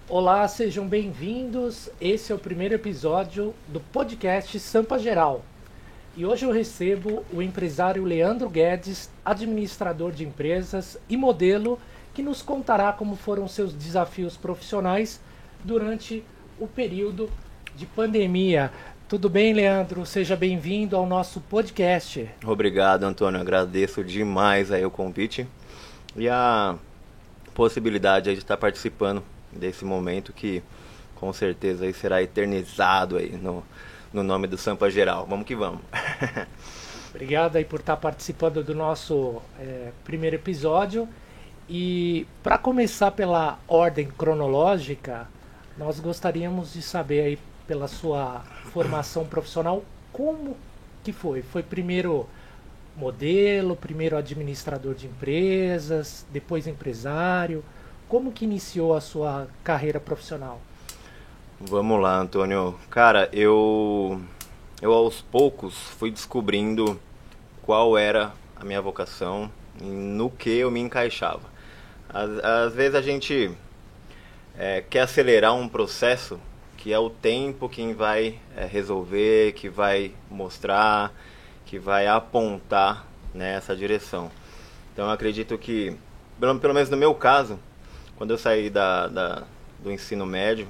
Olá, sejam bem-vindos. Esse é o primeiro episódio do podcast Sampa Geral. E hoje eu recebo o empresário Leandro Guedes, administrador de empresas e modelo, que nos contará como foram seus desafios profissionais durante o período de pandemia. Tudo bem, Leandro? Seja bem-vindo ao nosso podcast. Obrigado, Antônio. Agradeço demais aí o convite e a possibilidade aí de estar participando desse momento que com certeza aí será eternizado aí no nome do Sampa Geral. Vamos que vamos. Obrigado aí por estar participando do nosso primeiro episódio. E para começar pela ordem cronológica, nós gostaríamos de saber aí pela sua formação profissional como que foi? Foi primeiro modelo, primeiro administrador de empresas, depois empresário? Como que iniciou a sua carreira profissional? Vamos lá, Antônio. Cara, eu aos poucos fui descobrindo qual era a minha vocação e no que eu me encaixava. Às vezes a gente quer acelerar um processo que é o tempo quem vai resolver, que vai mostrar, que vai apontar nessa direção. Então eu acredito que, pelo menos no meu caso, quando eu saí do ensino médio,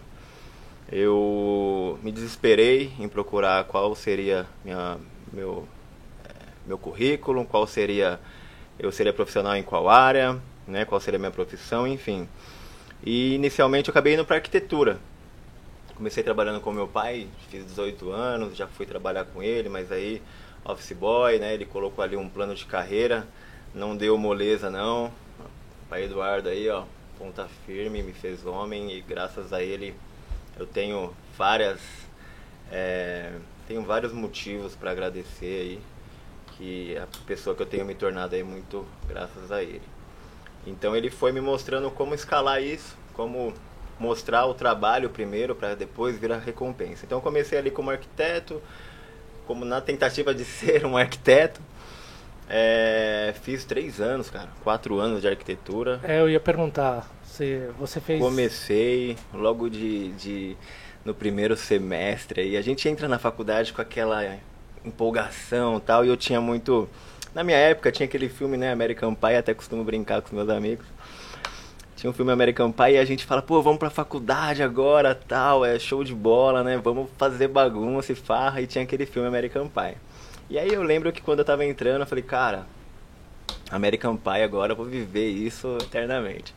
eu me desesperei em procurar qual seria meu currículo, eu seria profissional em qual área, né, qual seria a minha profissão, enfim. E inicialmente eu acabei indo para arquitetura. Comecei trabalhando com meu pai, fiz 18 anos, já fui trabalhar com ele, mas aí office boy, né, ele colocou ali um plano de carreira, não deu moleza não. O pai Eduardo aí, ó, ponta firme, me fez homem e graças a ele eu tenho vários motivos para agradecer aí, que a pessoa que eu tenho me tornado aí muito graças a ele. Então ele foi me mostrando como escalar isso, como mostrar o trabalho primeiro para depois vir a recompensa. Então eu comecei ali como arquiteto, como na tentativa de ser um arquiteto. Fiz 3 anos, cara, 4 anos de arquitetura. Eu ia perguntar, você fez... Comecei logo no primeiro semestre aí. A gente entra na faculdade com aquela empolgação e tal, e eu tinha muito... Na minha época tinha aquele filme, né, American Pie, até costumo brincar com os meus amigos. Tinha um filme American Pie e a gente fala, pô, vamos pra faculdade agora, tal, é show de bola, né, vamos fazer bagunça e farra, e tinha aquele filme American Pie. E aí eu lembro que quando eu tava entrando, eu falei, cara, American Pie agora, eu vou viver isso eternamente.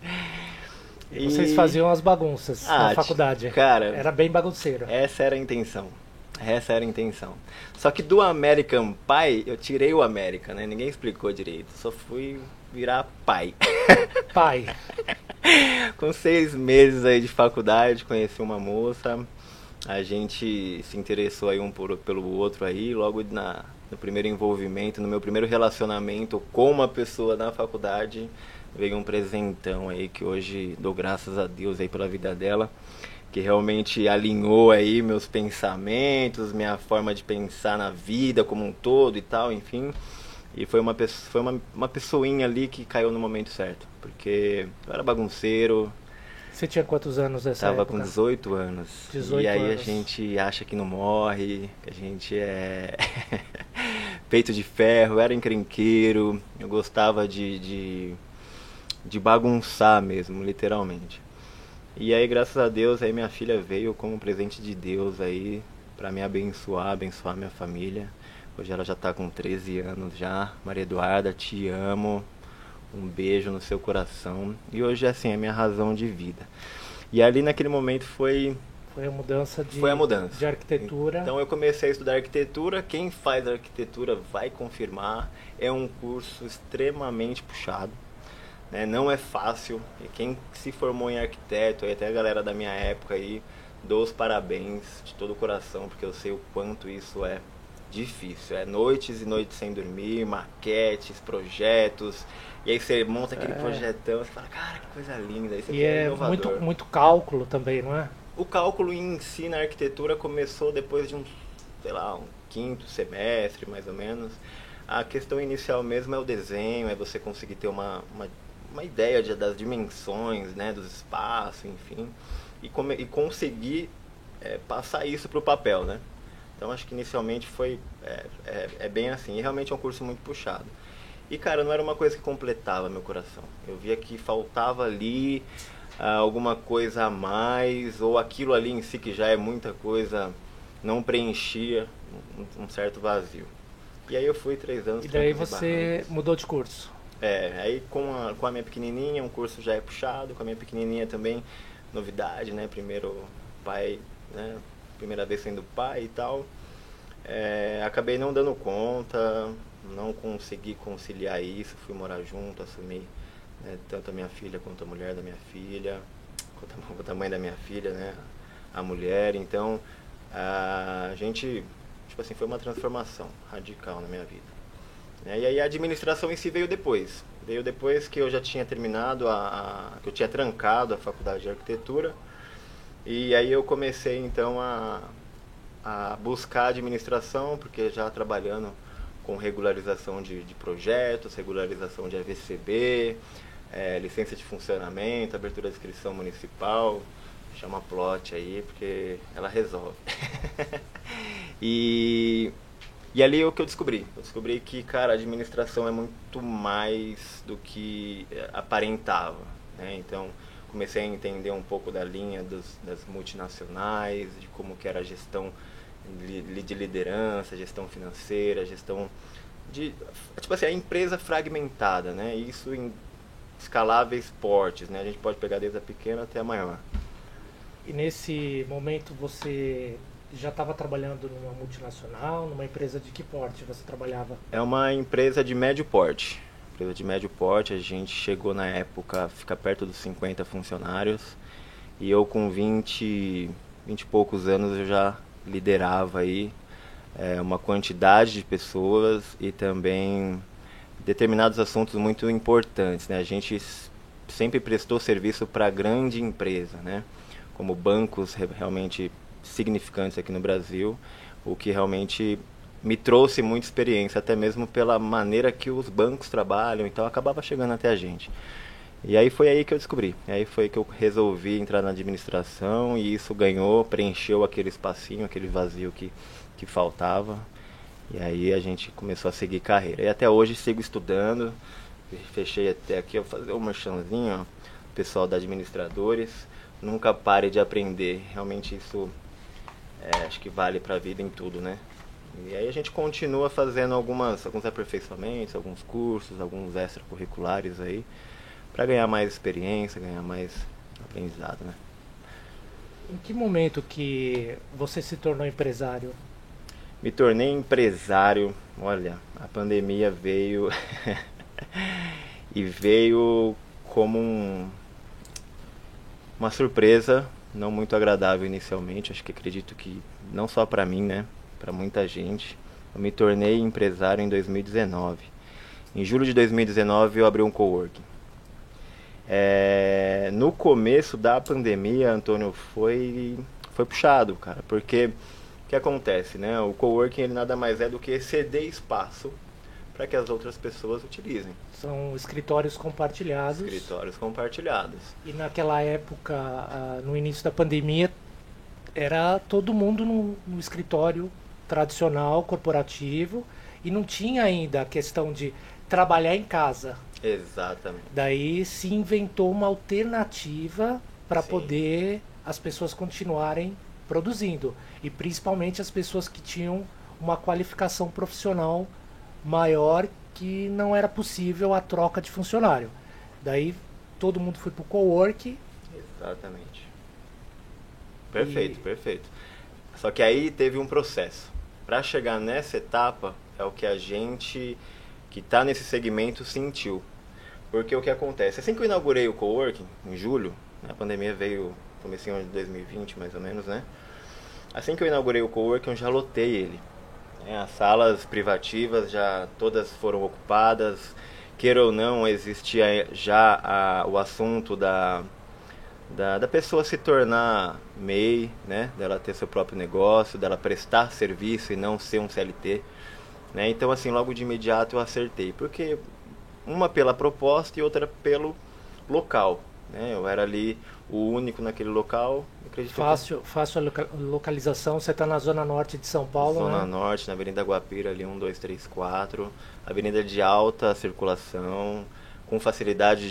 E vocês faziam as bagunças na faculdade. Cara, era bem bagunceiro. Essa era a intenção. Essa era a intenção. Só que do American Pie, eu tirei o América, né? Ninguém explicou direito. Só fui virar pai. Pai. Com 6 meses aí de faculdade, conheci uma moça. A gente se interessou aí pelo outro aí. Logo no primeiro envolvimento, no meu primeiro relacionamento com uma pessoa na faculdade, veio um presentão aí que hoje dou graças a Deus aí pela vida dela, que realmente alinhou aí meus pensamentos, minha forma de pensar na vida como um todo e tal, enfim. E foi uma pessoinha ali que caiu no momento certo, porque eu era bagunceiro. Você tinha quantos anos nessa época? Tava com 18 anos. 18 e aí anos. A gente acha que não morre, que a gente é peito de ferro, era encrenqueiro, eu gostava de bagunçar mesmo, literalmente. E aí, graças a Deus, aí minha filha veio como um presente de Deus aí pra me abençoar minha família. Hoje ela já tá com 13 anos já. Maria Eduarda, te amo. Um beijo no seu coração. E hoje, assim, é a minha razão de vida. E ali naquele momento foi a mudança de arquitetura. Então eu comecei a estudar arquitetura. Quem faz arquitetura vai confirmar. É um curso extremamente puxado. Não é fácil, e quem se formou em arquiteto, até a galera da minha época aí, dou os parabéns de todo o coração, porque eu sei o quanto isso é difícil. É noites e noites sem dormir, maquetes, projetos, e aí você monta aquele projetão, você fala, cara, que coisa linda. Aí você e é muito cálculo também, não é? O cálculo em si na arquitetura começou depois de um quinto semestre, mais ou menos. A questão inicial mesmo é o desenho, é você conseguir ter uma ideia das dimensões, né, dos espaços, enfim. e conseguir passar isso para o papel, né? Então acho que inicialmente foi bem assim, e realmente é um curso muito puxado. E cara, não era uma coisa que completava meu coração. Eu via que faltava ali alguma coisa a mais, ou aquilo ali em si que já é muita coisa, não preenchia um certo vazio. E aí eu fui 3 anos. E daí você mudou de curso? Aí com a minha pequenininha, um curso já é puxado, com a minha pequenininha também, novidade, né? Primeiro pai, né? Primeira vez sendo pai e tal. Acabei não dando conta, não consegui conciliar isso, fui morar junto, assumi, né, tanto a minha filha quanto a mulher da minha filha, quanto a mãe da minha filha, né? A mulher, então a gente, tipo assim, foi uma transformação radical na minha vida. E aí a administração em si veio depois. Veio depois que eu já tinha terminado, que eu tinha trancado a faculdade de arquitetura. E aí eu comecei então a buscar a administração, porque já trabalhando com regularização de projetos, regularização de AVCB, licença de funcionamento, abertura de inscrição municipal. Chama plot aí, porque ela resolve. E ali é o que eu descobri. Eu descobri que, cara, a administração é muito mais do que aparentava, né? Então, comecei a entender um pouco da linha das multinacionais, de como que era a gestão de liderança, gestão financeira, gestão de... Tipo assim, a empresa fragmentada, né? Isso em escaláveis portes, né? A gente pode pegar desde a pequena até a maior. E nesse momento você já estava trabalhando numa multinacional, numa empresa de que porte você trabalhava? É uma empresa de médio porte. Empresa de médio porte, a gente chegou na época a ficar perto dos 50 funcionários. E eu com 20 e poucos anos eu já liderava aí uma quantidade de pessoas e também determinados assuntos muito importantes, né? A gente sempre prestou serviço para grande empresa, né? Como bancos realmente significantes aqui no Brasil, o que realmente me trouxe muita experiência, até mesmo pela maneira que os bancos trabalham, então acabava chegando até a gente. E aí foi aí que eu descobri, aí foi que eu resolvi entrar na administração e isso preencheu aquele espacinho, aquele vazio que faltava, e aí a gente começou a seguir carreira. E até hoje sigo estudando, fechei até aqui, eu vou fazer um merchanzinho, ó, pessoal da administradores, nunca pare de aprender, realmente isso acho que vale para a vida em tudo, né? E aí a gente continua fazendo alguns aperfeiçoamentos, alguns cursos, alguns extracurriculares aí, para ganhar mais experiência, ganhar mais aprendizado, né? Em que momento que você se tornou empresário? Me tornei empresário, olha, a pandemia veio e veio como uma surpresa não muito agradável inicialmente, acho que acredito que não só para mim, né, para muita gente. Eu me tornei empresário em 2019. Em julho de 2019 eu abri um coworking. No começo da pandemia, Antônio, foi puxado, cara, porque o que acontece, né? O coworking ele nada mais é do que ceder espaço para que as outras pessoas utilizem. São escritórios compartilhados. Escritórios compartilhados. E naquela época, no início da pandemia, era todo mundo no escritório tradicional, corporativo, e não tinha ainda a questão de trabalhar em casa. Exatamente. Daí se inventou uma alternativa para poder as pessoas continuarem produzindo. E principalmente as pessoas que tinham uma qualificação profissional maior, que não era possível a troca de funcionário. Daí todo mundo foi pro cowork. Exatamente. Perfeito, perfeito. Só que aí teve um processo. Para chegar nessa etapa é o que a gente que está nesse segmento sentiu. Porque o que acontece? Assim que eu inaugurei o coworking, em julho, a pandemia veio comecinho de 2020 mais ou menos, né? Assim que eu inaugurei o coworking, eu já lotei ele. As salas privativas já todas foram ocupadas, queira ou não, existia já o assunto da pessoa se tornar MEI, né? Dela ter seu próprio negócio, dela prestar serviço e não ser um CLT, né? Então assim, logo de imediato eu acertei, porque uma pela proposta e outra pelo local, né? Eu era ali o único naquele local. Acredito Fácil a localização, você está na zona norte de São Paulo, Zona né? Norte, na Avenida Guapira, ali 1, 2, 3, 4. Avenida de alta circulação, com facilidade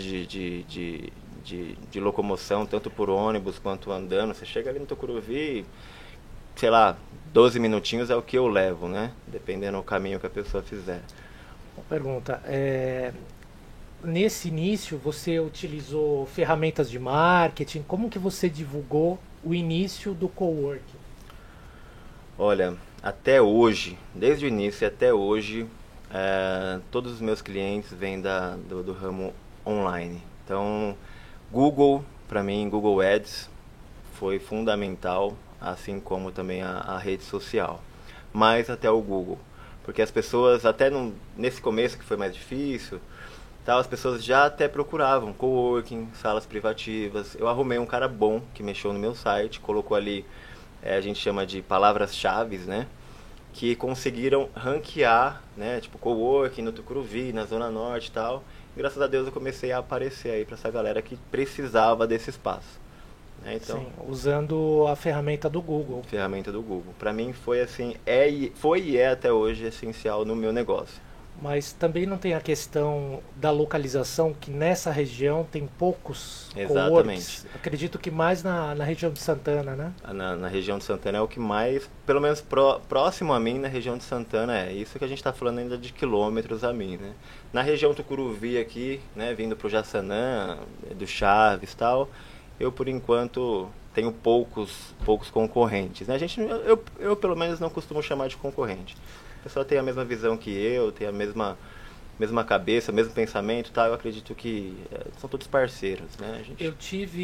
de locomoção, tanto por ônibus quanto andando. Você chega ali no Tucuruvi, sei lá, 12 minutinhos é o que eu levo, né? Dependendo do caminho que a pessoa fizer. Uma pergunta, nesse início você utilizou ferramentas de marketing, como que você divulgou o início do coworking? Olha, até hoje, desde o início até hoje, todos os meus clientes vêm do ramo online. Então, Google, para mim, Google Ads foi fundamental, assim como também a rede social. Mas até o Google, porque as pessoas, até nesse começo que foi mais difícil, tal, as pessoas já até procuravam coworking, salas privativas. Eu arrumei um cara bom que mexeu no meu site, colocou ali, a gente chama de palavras-chave, né? Que conseguiram ranquear, né? Tipo coworking no Tucuruvi, na Zona Norte e tal. E graças a Deus eu comecei a aparecer aí pra essa galera que precisava desse espaço. Né? Então, Sim, usando a ferramenta do Google. ferramenta do Google. Pra mim foi assim, foi e é até hoje essencial no meu negócio. Mas também não tem a questão da localização, que nessa região tem poucos Exatamente. coworks. Acredito que mais na região de Santana, né? Na região de Santana é o que mais, pelo menos próximo a mim, na região de Santana é. Isso que a gente está falando ainda de quilômetros a mim, né? Na região Tucuruvi aqui, né, vindo pro Jaçanã, do Chaves e tal, eu por enquanto tenho poucos concorrentes, né? Eu pelo menos não costumo chamar de concorrente. A pessoa tem a mesma visão que eu, tem a mesma cabeça, mesmo pensamento, tá? Eu acredito que são todos parceiros, né? Eu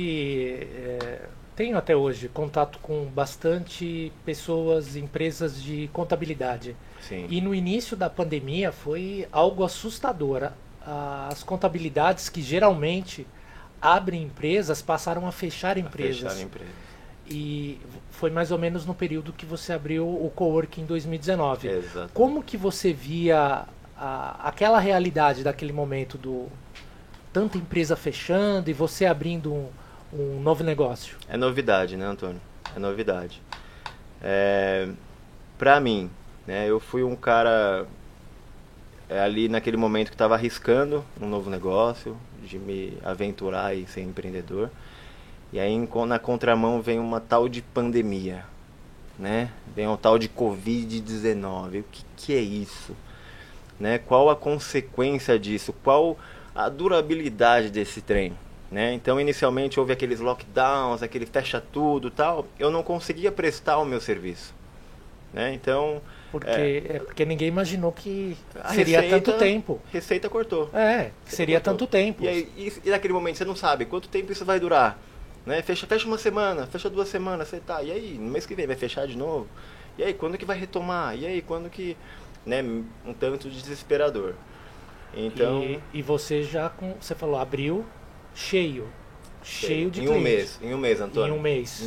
tenho até hoje contato com bastante pessoas, empresas de contabilidade. Sim. E no início da pandemia foi algo assustador. As contabilidades que geralmente abrem empresas passaram a fechar empresas. E foi mais ou menos no período que você abriu o coworking em 2019. Exato. Como que você via aquela realidade daquele momento tanta empresa fechando e você abrindo um novo negócio? É novidade, né, Antônio? É novidade. Pra mim, né, eu fui um cara ali naquele momento que estava arriscando um novo negócio, de me aventurar e ser empreendedor. E aí na contramão vem uma tal de pandemia, né? Vem um tal de Covid-19. O que é isso? Né? Qual a consequência disso? Qual a durabilidade desse trem? Né? Então inicialmente houve aqueles lockdowns, aquele fecha tudo e tal. Eu não conseguia prestar o meu serviço. Né? Então... Porque ninguém imaginou que seria tanto tempo. Receita cortou. Seria tanto tempo. E naquele momento você não sabe quanto tempo isso vai durar. Né? Fecha uma semana, fecha 2 semanas, você tá. E aí, no mês que vem vai fechar de novo? E aí, quando que vai retomar? E aí, quando que... Né? Um tanto desesperador. Então... E você você falou, abriu cheio de clientes. Em um mês, Antônio. Em um mês.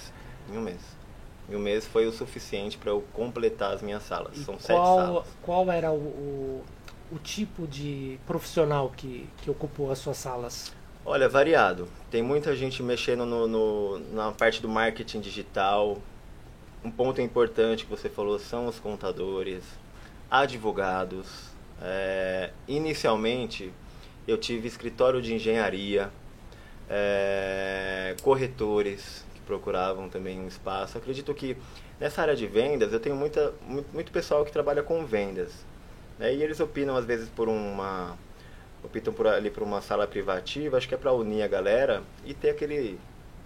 Em um mês foi o suficiente para eu completar as minhas salas. E São 7 salas. Qual era o tipo de profissional que ocupou as suas salas? Olha, variado. Tem muita gente mexendo na parte do marketing digital. Um ponto importante que você falou são os contadores, advogados. Inicialmente, eu tive escritório de engenharia, corretores que procuravam também um espaço. Acredito que nessa área de vendas, eu tenho muito pessoal que trabalha com vendas. Né? E eles optam às vezes por uma sala privativa, acho que é para unir a galera e ter aquele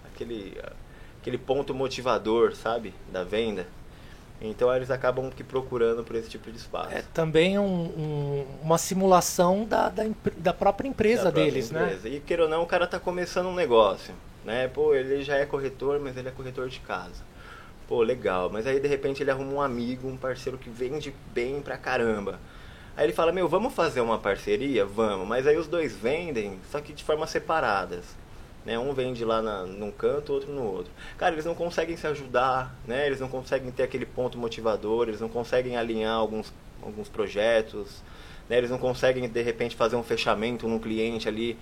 ponto motivador, sabe, da venda. Então eles acabam procurando por esse tipo de espaço. Também uma simulação da própria empresa deles, né? E queira ou não, o cara tá começando um negócio, né? Pô, ele já é corretor, mas ele é corretor de casa. Pô, legal. Mas aí de repente ele arruma um amigo, um parceiro que vende bem pra caramba. Aí ele fala, vamos fazer uma parceria? Vamos. Mas aí os dois vendem, só que de formas separadas. Né? Um vende lá num canto, outro no outro. Cara, eles não conseguem se ajudar, né? Eles não conseguem ter aquele ponto motivador, eles não conseguem alinhar alguns projetos. né? Eles não conseguem, de repente, fazer um fechamento num cliente ali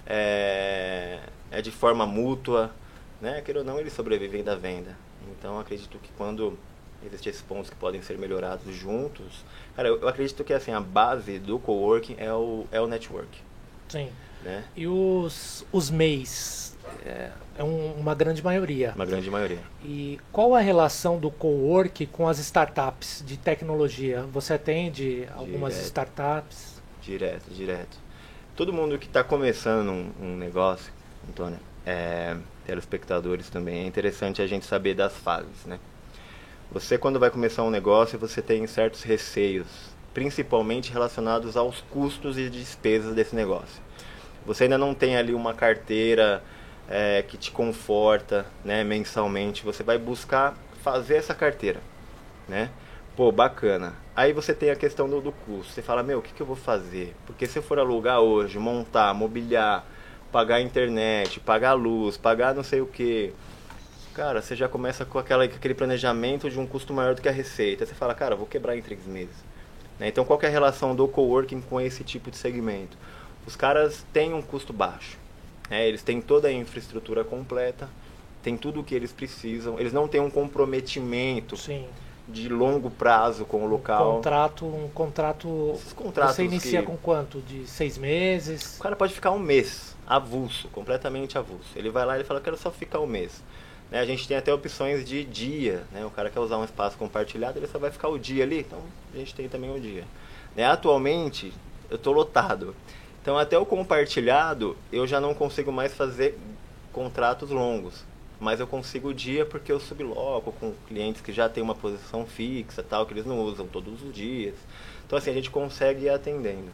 de forma mútua, né? Queira ou não, eles sobrevivem da venda. Então, acredito que quando existem esses pontos que podem ser melhorados juntos, cara, eu acredito que assim, a base do coworking é o network. Sim. Né? E os MEIs? Uma grande maioria. Uma grande maioria. E qual a relação do cowork com as startups de tecnologia? Você atende algumas startups? Direto. Todo mundo que está começando um negócio, Antônio, telespectadores também, é interessante a gente saber das fases, né? Você, quando vai começar um negócio, você tem certos receios, principalmente relacionados aos custos e despesas desse negócio. Você ainda não tem ali uma carteira que te conforta, né, mensalmente. Você vai buscar fazer essa carteira, né? Pô, bacana. Aí você tem a questão do custo. Você fala, o que eu vou fazer? Porque se eu for alugar hoje, montar, mobiliar, pagar a internet, pagar a luz, pagar não sei o que, cara, você já começa com aquele planejamento de um custo maior do que a receita. Você fala, cara, vou quebrar em 3 meses. Né? Então, qual que é a relação do coworking com esse tipo de segmento? Os caras têm um custo baixo. Né? Eles têm toda a infraestrutura completa, tem tudo o que eles precisam. Eles não têm um comprometimento de longo prazo com o local. Um contrato. Esses contratos você inicia com quanto? De 6 meses? O cara pode ficar um mês, avulso, completamente avulso. Ele vai lá e fala, eu quero só ficar um mês. Né? A gente tem até opções de dia, né? O cara quer usar um espaço compartilhado, ele só vai ficar o dia ali, então a gente tem também o dia. Né? Atualmente, eu estou lotado. Então, até o compartilhado, eu já não consigo mais fazer contratos longos. Mas eu consigo o dia porque eu subloco com clientes que já têm uma posição fixa, tal, que eles não usam todos os dias. Então, assim, a gente consegue ir atendendo.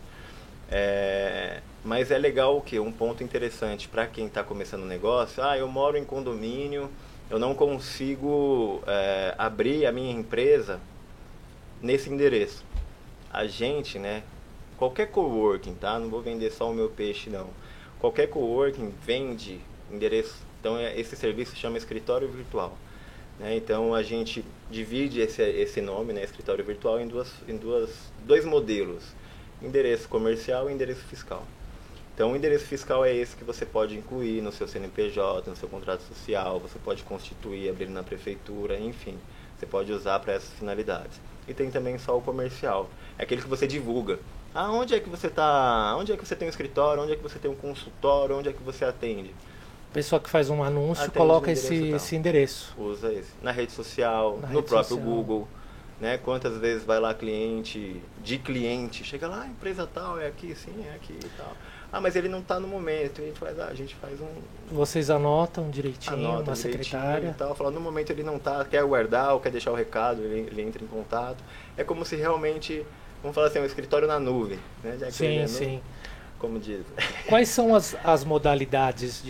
Mas é legal o quê? Um ponto interessante para quem está começando um negócio. Eu moro em condomínio, eu não consigo abrir a minha empresa nesse endereço. A gente, né? Qualquer coworking, tá? Não vou vender só o meu peixe, não. Qualquer coworking vende endereço. Então, esse serviço se chama escritório virtual. Né? Então, a gente divide esse nome, né? Escritório virtual, em dois modelos. Endereço comercial e endereço fiscal. Então, o endereço fiscal é esse que você pode incluir no seu CNPJ, no seu contrato social, você pode constituir, abrir na prefeitura, enfim. Você pode usar para essas finalidades. E tem também só o comercial. É aquele que você divulga. Onde é que você está? Onde é que você tem um escritório? Onde é que você tem um consultório? Onde é que você atende? A pessoa que faz um anúncio coloca esse endereço. Usa esse. Na rede social, no próprio Google. Né? Quantas vezes vai lá cliente, chega lá, empresa tal, é aqui, sim, é aqui e tal. Mas ele não está no momento. A gente faz um... Vocês anotam direitinho, uma secretária. E tal, fala, no momento ele não está, quer guardar ou quer deixar o recado, ele entra em contato. É como se realmente, vamos falar assim, um escritório na nuvem. Né? Já que sim. Como diz. Quais são as modalidades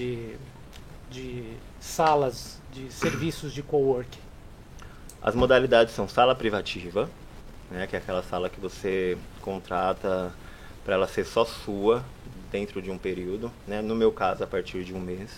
de salas, de serviços de coworking? As modalidades são sala privativa, né, que é aquela sala que você contrata para ela ser só sua dentro de um período, né, no meu caso a partir de um mês.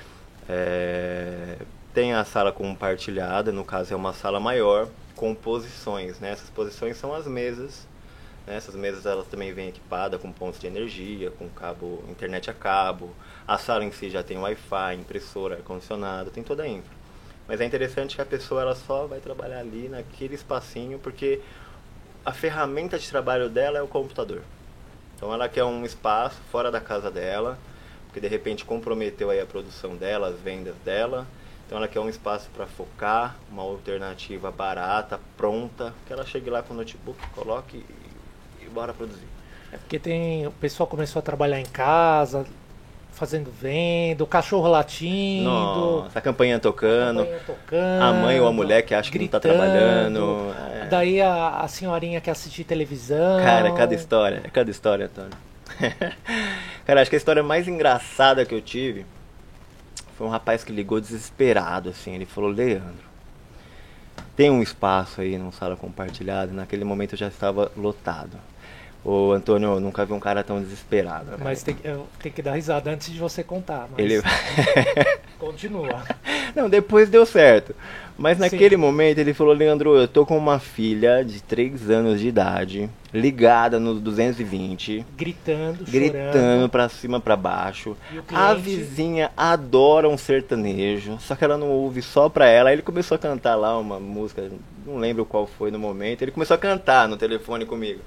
Tem a sala compartilhada, no caso é uma sala maior com posições, né, essas posições são as mesas. Essas mesas elas também vêm equipadas com pontos de energia, com cabo, internet a cabo. A sala em si já tem Wi-Fi, impressora, ar-condicionado, tem toda a infra. Mas é interessante que a pessoa ela só vai trabalhar ali naquele espacinho, porque a ferramenta de trabalho dela é o computador. Então ela quer um espaço fora da casa dela, porque de repente comprometeu aí a produção dela, as vendas dela. Então ela quer um espaço para focar, uma alternativa barata, pronta, que ela chegue lá com o notebook, coloque e bora produzir. É porque o pessoal começou a trabalhar em casa, fazendo venda, o cachorro latindo. Nossa, a campainha tocando, a mãe ou a mulher que acha gritando, que não tá trabalhando. Daí a senhorinha quer assistir televisão. Cara, cada história, Antônio. Cara, acho que a história mais engraçada que eu tive foi um rapaz que ligou desesperado, assim. Ele falou, Leandro, tem um espaço aí numa sala compartilhada? E naquele momento eu já estava lotado. Ô, Antônio, eu nunca vi um cara tão desesperado, né? Mas eu tenho que dar risada antes de você contar, mas Ele... continua. Não, depois deu certo. Mas naquele Sim, momento ele falou, Leandro, eu tô com uma filha de 3 anos de idade, ligada no 220, gritando, gritando chorando, pra cima, pra baixo. e o A cliente, vizinha adora um sertanejo, só que ela não ouve só pra ela. Aí ele começou a cantar lá uma música, não lembro qual foi no momento. Ele começou a cantar no telefone comigo.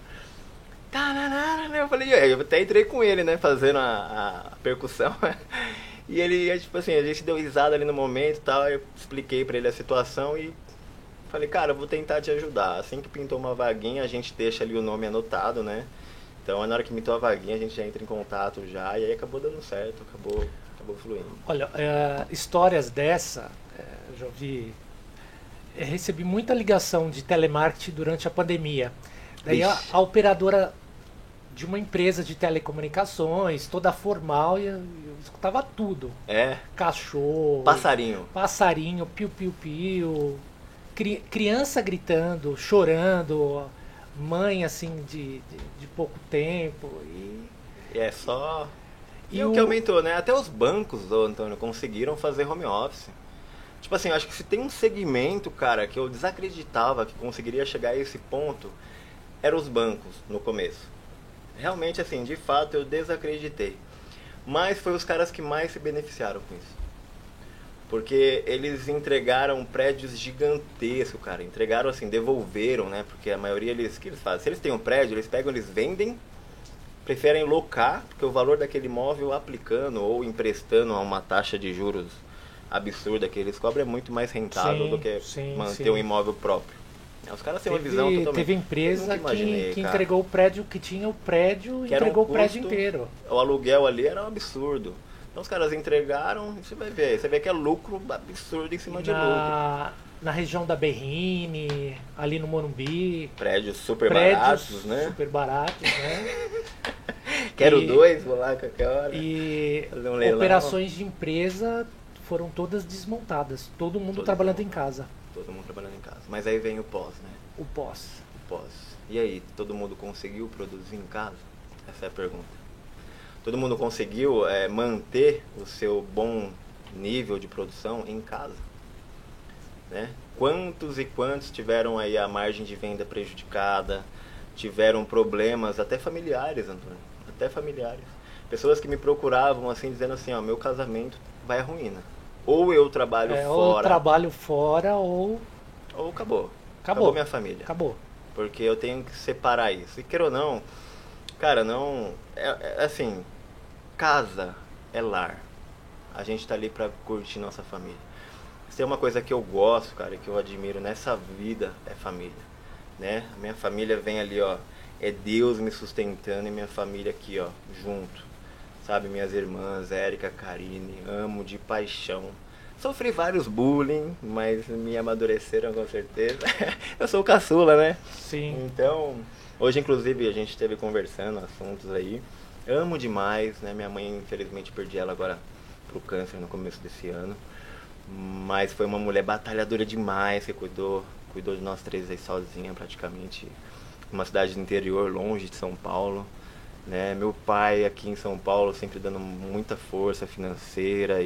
Eu falei, e aí? Eu até entrei com ele, né, fazendo a percussão. E ele, tipo assim, a gente deu risada ali no momento e tal. Eu expliquei pra ele a situação e falei, cara, eu vou tentar te ajudar. Assim que pintou uma vaguinha, a gente deixa ali o nome anotado, né? Então, na hora que pintou a vaguinha, a gente já entra em contato já. E aí acabou dando certo, acabou fluindo. olha, histórias dessa, eu já ouvi, recebi muita ligação de telemarketing durante a pandemia. Daí Vixe. a operadora de uma empresa de telecomunicações, toda formal, e eu escutava tudo. É, Cachorro, passarinho. passarinho, piu-piu-piu, criança gritando, chorando, mãe assim de pouco tempo. E é só... E E é o que o. aumentou, né? Até os bancos, ô, Antônio, conseguiram fazer home office. Tipo assim, eu acho que se tem um segmento, cara, que eu desacreditava que conseguiria chegar a esse ponto, eram os bancos no começo. Realmente, assim, de fato eu desacreditei. Mas foi os caras que mais se beneficiaram com isso. Porque eles entregaram prédios gigantescos, cara. Entregaram assim, devolveram, né? Porque a maioria eles, o que eles fazem? Se eles têm um prédio, eles pegam, eles vendem, preferem locar, porque o valor daquele imóvel aplicando ou emprestando a uma taxa de juros absurda que eles cobram é muito mais rentável do Sim, que sim, manter um sim. imóvel próprio. Os caras têm uma visão Teve totalmente... Eu nunca empresa imaginei, que cara. entregou o prédio, que tinha o prédio, Que era um entregou o prédio custo, inteiro. o aluguel ali era um absurdo. Então os caras entregaram, você vai ver, você vê que é lucro absurdo em E cima de lucro. na região da Berrine, ali no Morumbi, Prédios super prédios baratos, né? super baratos, né? Quero E, dois, vou lá qualquer hora. e Fazer um leilão. operações de empresa foram todas desmontadas. Todo mundo Todas trabalhando em desmontadas. casa. Todo mundo trabalhando em casa. Mas aí vem o pós, né? O pós. O pós. E aí, todo mundo conseguiu produzir em casa? Essa é a pergunta. Todo mundo conseguiu manter o seu bom nível de produção em casa? Né? Quantos e quantos tiveram aí a margem de venda prejudicada, tiveram problemas até familiares, Antônio, até familiares. Pessoas que me procuravam assim, dizendo assim, ó, meu casamento vai à ruína. Ou eu trabalho Ou fora, trabalho fora ou ou acabou. acabou. Minha família. Acabou. Porque eu tenho que separar isso. E queira ou não, cara, não... É assim, casa é lar. A gente tá ali pra curtir nossa família. Se tem uma coisa que eu gosto, cara, que eu admiro nessa vida, é família, né? A minha família vem ali, ó, é Deus me sustentando e minha família aqui, ó, junto. Sabe, minhas irmãs, Érica, Karine, amo de paixão. Sofri vários bullying, mas me amadureceram com certeza. Eu sou o caçula, né? Sim. Então, hoje inclusive a gente esteve conversando assuntos aí. Amo demais, né? Minha mãe, infelizmente, perdi ela agora pro câncer no começo desse ano. Mas foi uma mulher batalhadora demais, que cuidou de nós três aí sozinha praticamente. Uma cidade do interior, longe de São Paulo. Né? Meu pai aqui em São Paulo sempre dando muita força financeira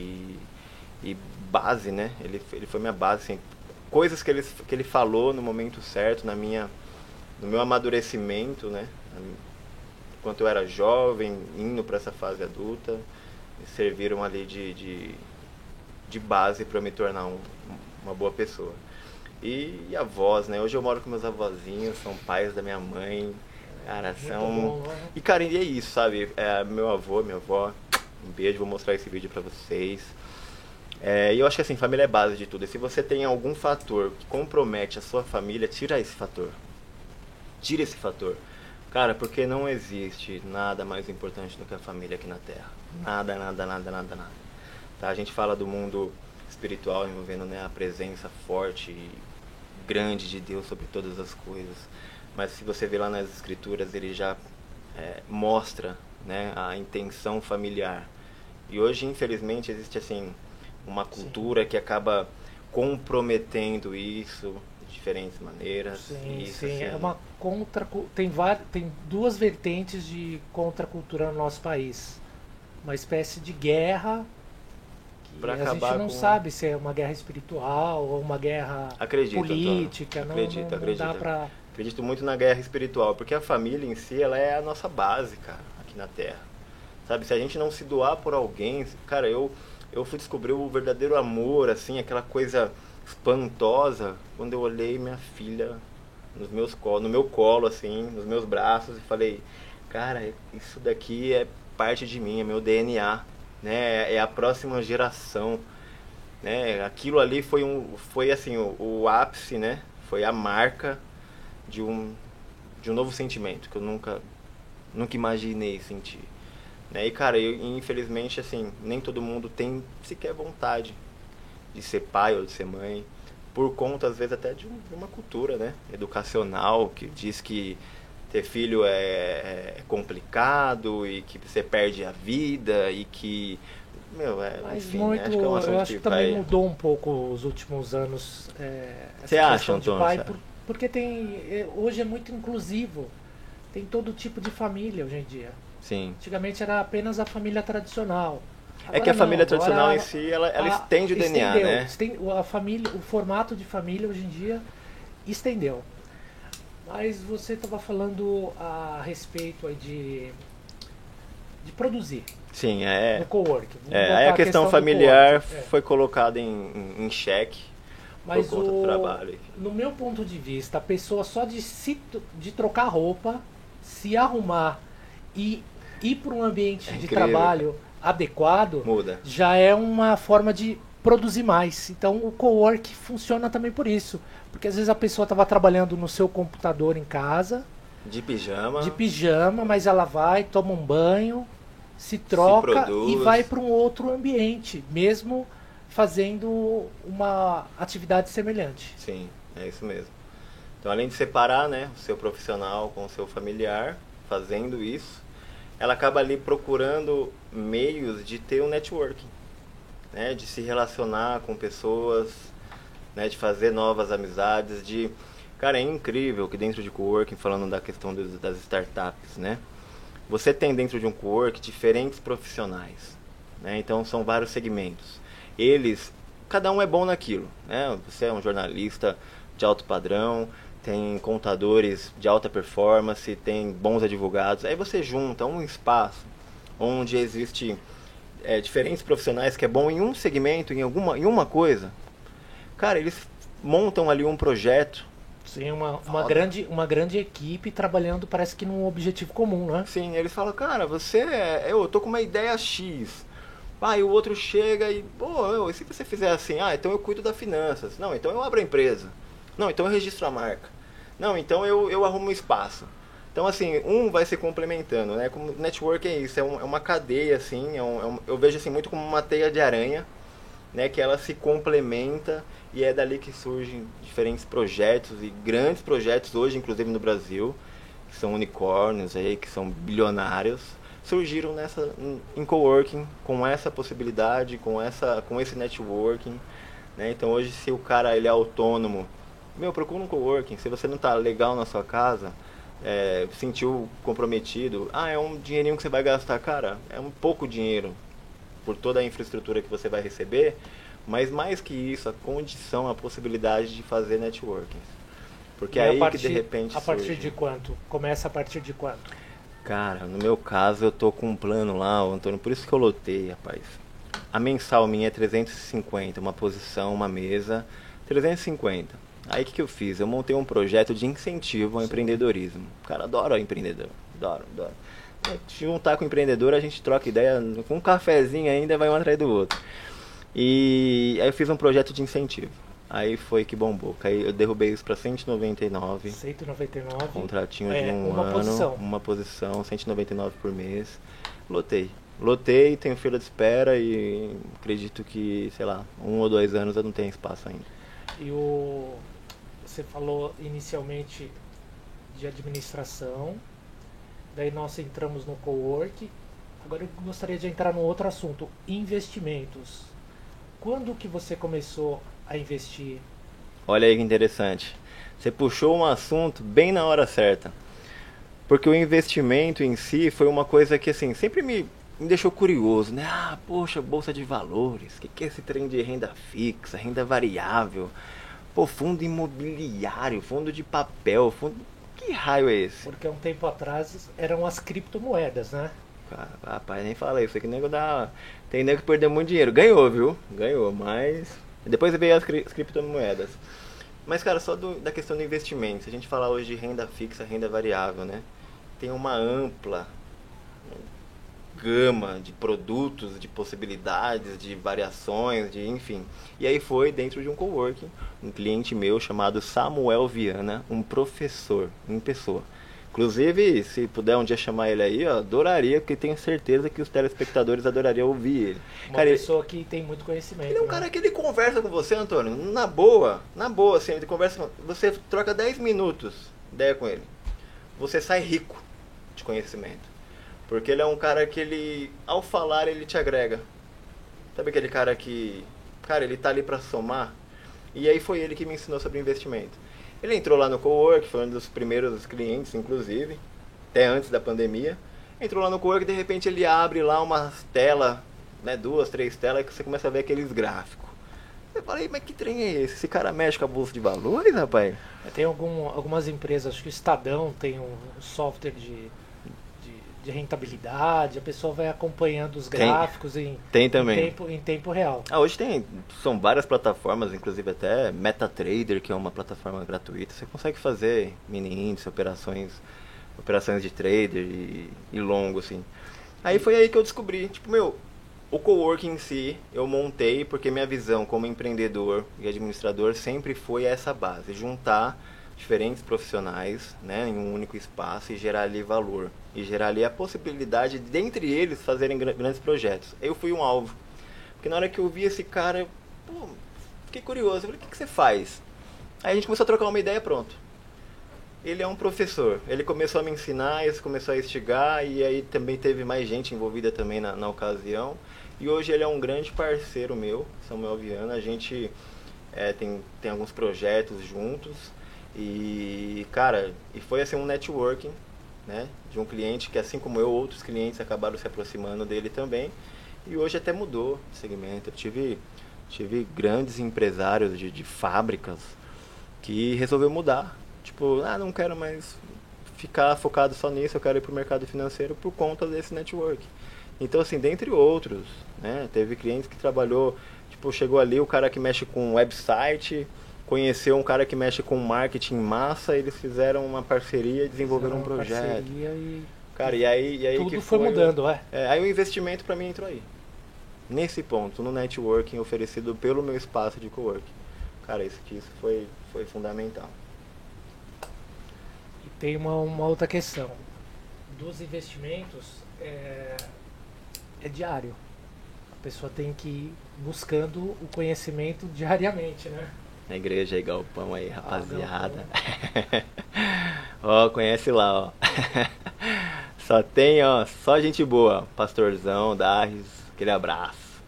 e base, né? Ele foi minha base, assim, coisas que ele falou no momento certo, no meu amadurecimento, né? Enquanto eu era jovem, indo para essa fase adulta, me serviram ali de base para me tornar uma boa pessoa. E avós, né? Hoje eu moro com meus avózinhos, são pais da minha mãe. Cara, Muito são... bom, né? E, cara, e é isso, sabe? Meu avô, minha avó, um beijo, vou mostrar esse vídeo pra vocês. E eu acho que, assim, família é base de tudo. E se você tem algum fator que compromete a sua família, tira esse fator. Tira esse fator. Cara, porque não existe nada mais importante do que a família aqui na Terra. Nada, nada, nada, nada, nada. Tá? A gente fala do mundo espiritual envolvendo, né, a presença forte e grande de Deus sobre todas as coisas. Mas se você vê lá nas escrituras, ele já mostra, né, a intenção familiar. E hoje, infelizmente, existe assim uma cultura que acaba comprometendo isso diferentes maneiras. Sim, E isso, sim. É assim, uma tem duas vertentes de contracultura no nosso país. Uma espécie de guerra que pra a gente acabar não com. sabe se é uma guerra espiritual ou uma guerra Acredito, Antônio. política. Acredito, Não dá acredito. pra. Acredito muito na guerra espiritual, porque a família em si, ela é a nossa base, cara, aqui na Terra. Sabe, se a gente não se doar por alguém, cara, eu fui descobrir o verdadeiro amor, assim, aquela coisa espantosa, quando eu olhei minha filha no meu colo, assim, nos meus braços, e falei, cara, isso daqui é parte de mim, é meu DNA, né? É a próxima geração, né? Aquilo ali foi assim, o ápice, né? Foi a marca de um novo sentimento que eu nunca imaginei sentir. Né? E cara, infelizmente assim, nem todo mundo tem sequer vontade de ser pai ou de ser mãe, por conta às vezes até de uma cultura, né, educacional que diz que ter filho é complicado e que você perde a vida e que Mas enfim, né? muito. Acho que é um Eu assunto acho que que também vai. mudou um pouco os últimos anos Você essa acha, questão de Antônio? pai, porque hoje é muito inclusivo. Tem todo tipo de família hoje em dia. Sim. Antigamente era apenas a família tradicional. É que Agora a família não, tradicional agora em si, ela estende o DNA, estendeu. né? A família, o formato de família hoje em dia estendeu. Mas você estava falando a respeito aí de produzir Sim, no coworking. Vamos aí voltar a à questão do familiar coworking. foi colocada em xeque Mas por conta do trabalho. no meu ponto de vista, a pessoa só de trocar roupa, se arrumar e ir para um ambiente de incrível. trabalho adequado, Muda. já é uma forma de produzir mais. Então o cowork funciona também por isso. Porque às vezes a pessoa estava trabalhando no seu computador em casa, De pijama. de pijama, mas ela vai, toma um banho, se troca produz. e vai para um outro ambiente, mesmo fazendo uma atividade semelhante. Sim, é isso mesmo. Então, além de separar, né, o seu profissional com o seu familiar, fazendo isso, ela acaba ali procurando meios de ter um networking, né, de se relacionar com pessoas, né, de fazer novas amizades, de... Cara, é incrível que dentro de coworking, falando da questão das startups, né, você tem dentro de um coworking diferentes profissionais, né, então são vários segmentos. Cada um é bom naquilo, né, você é um jornalista de alto padrão, tem contadores de alta performance, tem bons advogados. Aí você junta um espaço onde existe diferentes profissionais que é bom em um segmento, em uma coisa. Cara, eles montam ali um projeto. Sim, uma grande equipe trabalhando, parece que num objetivo comum, né? Sim, eles falam, cara, eu tô com uma ideia X. E o outro chega e, e se você fizer assim, então eu cuido das finanças. Não, então eu abro a empresa. Não, então eu registro a marca. Não, então eu arrumo um espaço. Então, assim, um vai se complementando, né? Como network é isso, é uma cadeia, assim, eu vejo assim muito como uma teia de aranha, né? Que ela se complementa e é dali que surgem diferentes projetos e grandes projetos hoje, inclusive no Brasil, que são unicórnios aí, que são bilionários, surgiram em coworking, com essa possibilidade, com esse networking, né? Então hoje, se o cara ele é autônomo, procura um coworking. Se você não tá legal na sua casa, sentiu comprometido, é um dinheirinho que você vai gastar, cara, é um pouco dinheiro por toda a infraestrutura que você vai receber, mas mais que isso, a condição, a possibilidade de fazer networking. Porque é aí que de repente a partir surge. de quanto? Começa a partir de quanto? Cara, no meu caso eu tô com um plano lá, Antônio, por isso que eu lotei, rapaz. A mensal minha é 350, uma posição, uma mesa, 350. Aí o que eu fiz? Eu montei um projeto de incentivo ao empreendedorismo. Cara, adoro empreendedor. Adoro. Se juntar com o empreendedor, a gente troca ideia, com um cafezinho ainda, vai um atrás do outro. E aí eu fiz um projeto de incentivo. Aí foi que bombou. Aí eu derrubei isso pra 199. 199. Contratinho de um ano. Posição. Uma posição, 199 por mês. Lotei, tenho fila de espera e acredito que, sei lá, 1 ou 2 anos eu não tenho espaço ainda. E você falou inicialmente de administração, daí nós entramos no cowork. Agora eu gostaria de entrar num outro assunto, investimentos. Quando que você começou a investir olha aí que interessante. Você puxou um assunto bem na hora certa. Porque o investimento em si foi uma coisa que assim, sempre me deixou curioso, né? Ah, poxa, bolsa de valores, que é esse trem de renda fixa, renda variável? Pô, fundo imobiliário, fundo de papel, fundo... Que raio é esse? Porque um tempo atrás eram as criptomoedas, né? Ah, rapaz, nem fala isso, que nego dá... Tem nego que perdeu muito dinheiro. Ganhou, viu? Ganhou, mas... Depois veio as criptomoedas. Mas, cara, só da questão do investimento. Se a gente falar hoje de renda fixa, renda variável, né? Tem uma ampla gama de produtos, de possibilidades, de variações, de enfim. E aí foi dentro de um coworking, um cliente meu chamado Samuel Viana, um professor em pessoa. Inclusive, se puder um dia chamar ele aí, ó, adoraria, porque tenho certeza que os telespectadores adorariam ouvir ele. Uma cara, pessoa que tem muito conhecimento. Ele é um cara que ele conversa com você, Antônio, na boa, assim, ele conversa, você troca 10 minutos ideia com ele. Você sai rico de conhecimento. Porque ele é um cara que ele, ao falar, ele te agrega. Sabe aquele cara que, cara, ele tá ali pra somar? E aí foi ele que me ensinou sobre investimento. Ele entrou lá no cowork, foi um dos primeiros clientes, inclusive, até antes da pandemia. Entrou lá no cowork e de repente ele abre lá uma tela, né, 2, 3 telas, que você começa a ver aqueles gráficos. Eu falei, mas que trem é esse? Esse cara mexe com a bolsa de valores, rapaz? Tem algumas empresas, acho que o Estadão tem um software de rentabilidade, a pessoa vai acompanhando os gráficos tem também. Em tempo real. Hoje são várias plataformas, inclusive até MetaTrader, que é uma plataforma gratuita. Você consegue fazer mini índice, operações de trader e longo, assim. Aí foi aí que eu descobri, tipo, o coworking em si, eu montei porque minha visão como empreendedor e administrador sempre foi essa base, juntar diferentes profissionais, né, em um único espaço e gerar ali valor. E gerar ali a possibilidade de, dentre eles, fazerem grandes projetos. Eu fui um alvo. Porque na hora que eu vi esse cara, pô, fiquei curioso. Eu falei, o que você faz? Aí a gente começou a trocar uma ideia, pronto. Ele é um professor. Ele começou a me ensinar, isso começou a instigar, e aí também teve mais gente envolvida também na ocasião. E hoje ele é um grande parceiro meu, Samuel Viana. A gente tem alguns projetos juntos. E, cara, foi assim um networking, né, de um cliente que, assim como eu, outros clientes acabaram se aproximando dele também. E hoje até mudou o segmento. Eu tive grandes empresários de fábricas que resolveu mudar. Tipo, não quero mais ficar focado só nisso, eu quero ir pro mercado financeiro por conta desse network. Então, assim, dentre outros, né, teve clientes que trabalhou, tipo, chegou ali o cara que mexe com website, conheceu um cara que mexe com marketing em massa, eles fizeram uma parceria e desenvolveram um projeto. Cara, e aí tudo que foi mudando, aí o investimento para mim entrou aí. Nesse ponto, no networking oferecido pelo meu espaço de coworking. Cara, isso foi fundamental. E tem uma outra questão. Dos investimentos, é diário. A pessoa tem que ir buscando o conhecimento diariamente, né? Na igreja aí, galpão aí, rapaziada. Ó, conhece lá, ó. Só tem, ó, só gente boa. Pastorzão, Darres, aquele abraço.